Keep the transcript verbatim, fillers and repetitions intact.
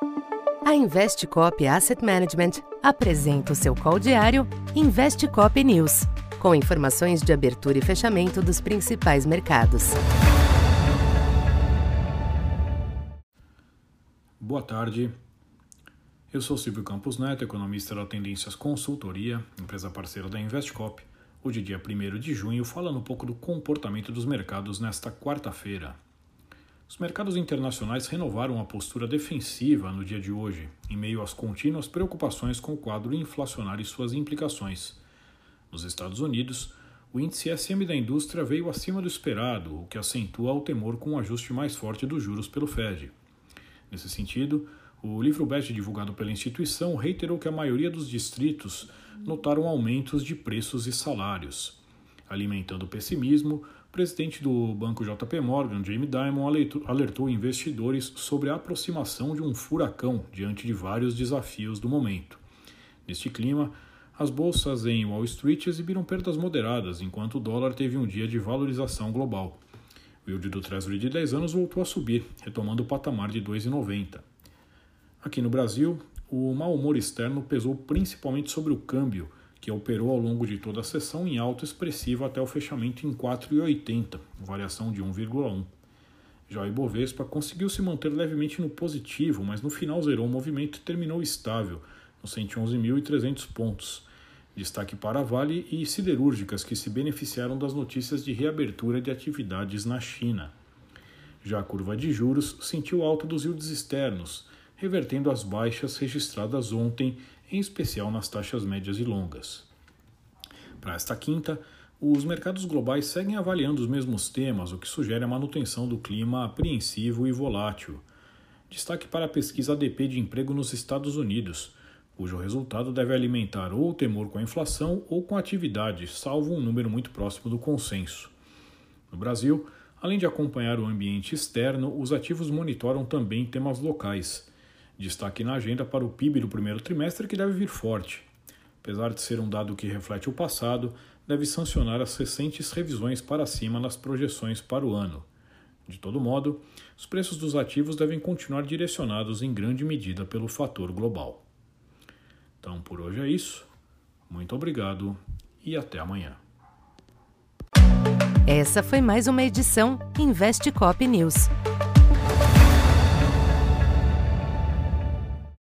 A Investcop Asset Management apresenta o seu call diário Investcop News, com informações de abertura e fechamento dos principais mercados. Boa tarde, eu sou Silvio Campos Neto, economista da Tendências Consultoria, empresa parceira da Investcop. Hoje, dia primeiro de junho, falando um pouco do comportamento dos mercados nesta quarta-feira. Os mercados internacionais renovaram a postura defensiva no dia de hoje, em meio às contínuas preocupações com o quadro inflacionário e suas implicações. Nos Estados Unidos, o índice S M da indústria veio acima do esperado, o que acentua o temor com um ajuste mais forte dos juros pelo Fed. Nesse sentido, o livro bege divulgado pela instituição reiterou que a maioria dos distritos notaram aumentos de preços e salários. Alimentando o pessimismo, o presidente do banco J P Morgan, Jamie Dimon, alertou investidores sobre a aproximação de um furacão diante de vários desafios do momento. Neste clima, as bolsas em Wall Street exibiram perdas moderadas, enquanto o dólar teve um dia de valorização global. O yield do Treasury de dez anos voltou a subir, retomando o patamar de dois vírgula noventa. Aqui no Brasil, o mau humor externo pesou principalmente sobre o câmbio, que operou ao longo de toda a sessão em alta expressiva até o fechamento em quatro vírgula oitenta, variação de um vírgula um. Já o Ibovespa conseguiu se manter levemente no positivo, mas no final zerou o movimento e terminou estável, nos cento e onze mil e trezentos pontos. Destaque para a Vale e siderúrgicas, que se beneficiaram das notícias de reabertura de atividades na China. Já a curva de juros sentiu alta dos yields externos, revertendo as baixas registradas ontem, em especial nas taxas médias e longas. Para esta quinta, os mercados globais seguem avaliando os mesmos temas, o que sugere a manutenção do clima apreensivo e volátil. Destaque para a pesquisa A D P de emprego nos Estados Unidos, cujo resultado deve alimentar ou o temor com a inflação ou com a atividade, salvo um número muito próximo do consenso. No Brasil, além de acompanhar o ambiente externo, os ativos monitoram também temas locais. Destaque na agenda para o P I B do primeiro trimestre, que deve vir forte. Apesar de ser um dado que reflete o passado, deve sancionar as recentes revisões para cima nas projeções para o ano. De todo modo, os preços dos ativos devem continuar direcionados em grande medida pelo fator global. Então, por hoje é isso. Muito obrigado e até amanhã. Essa foi mais uma edição Investcop News.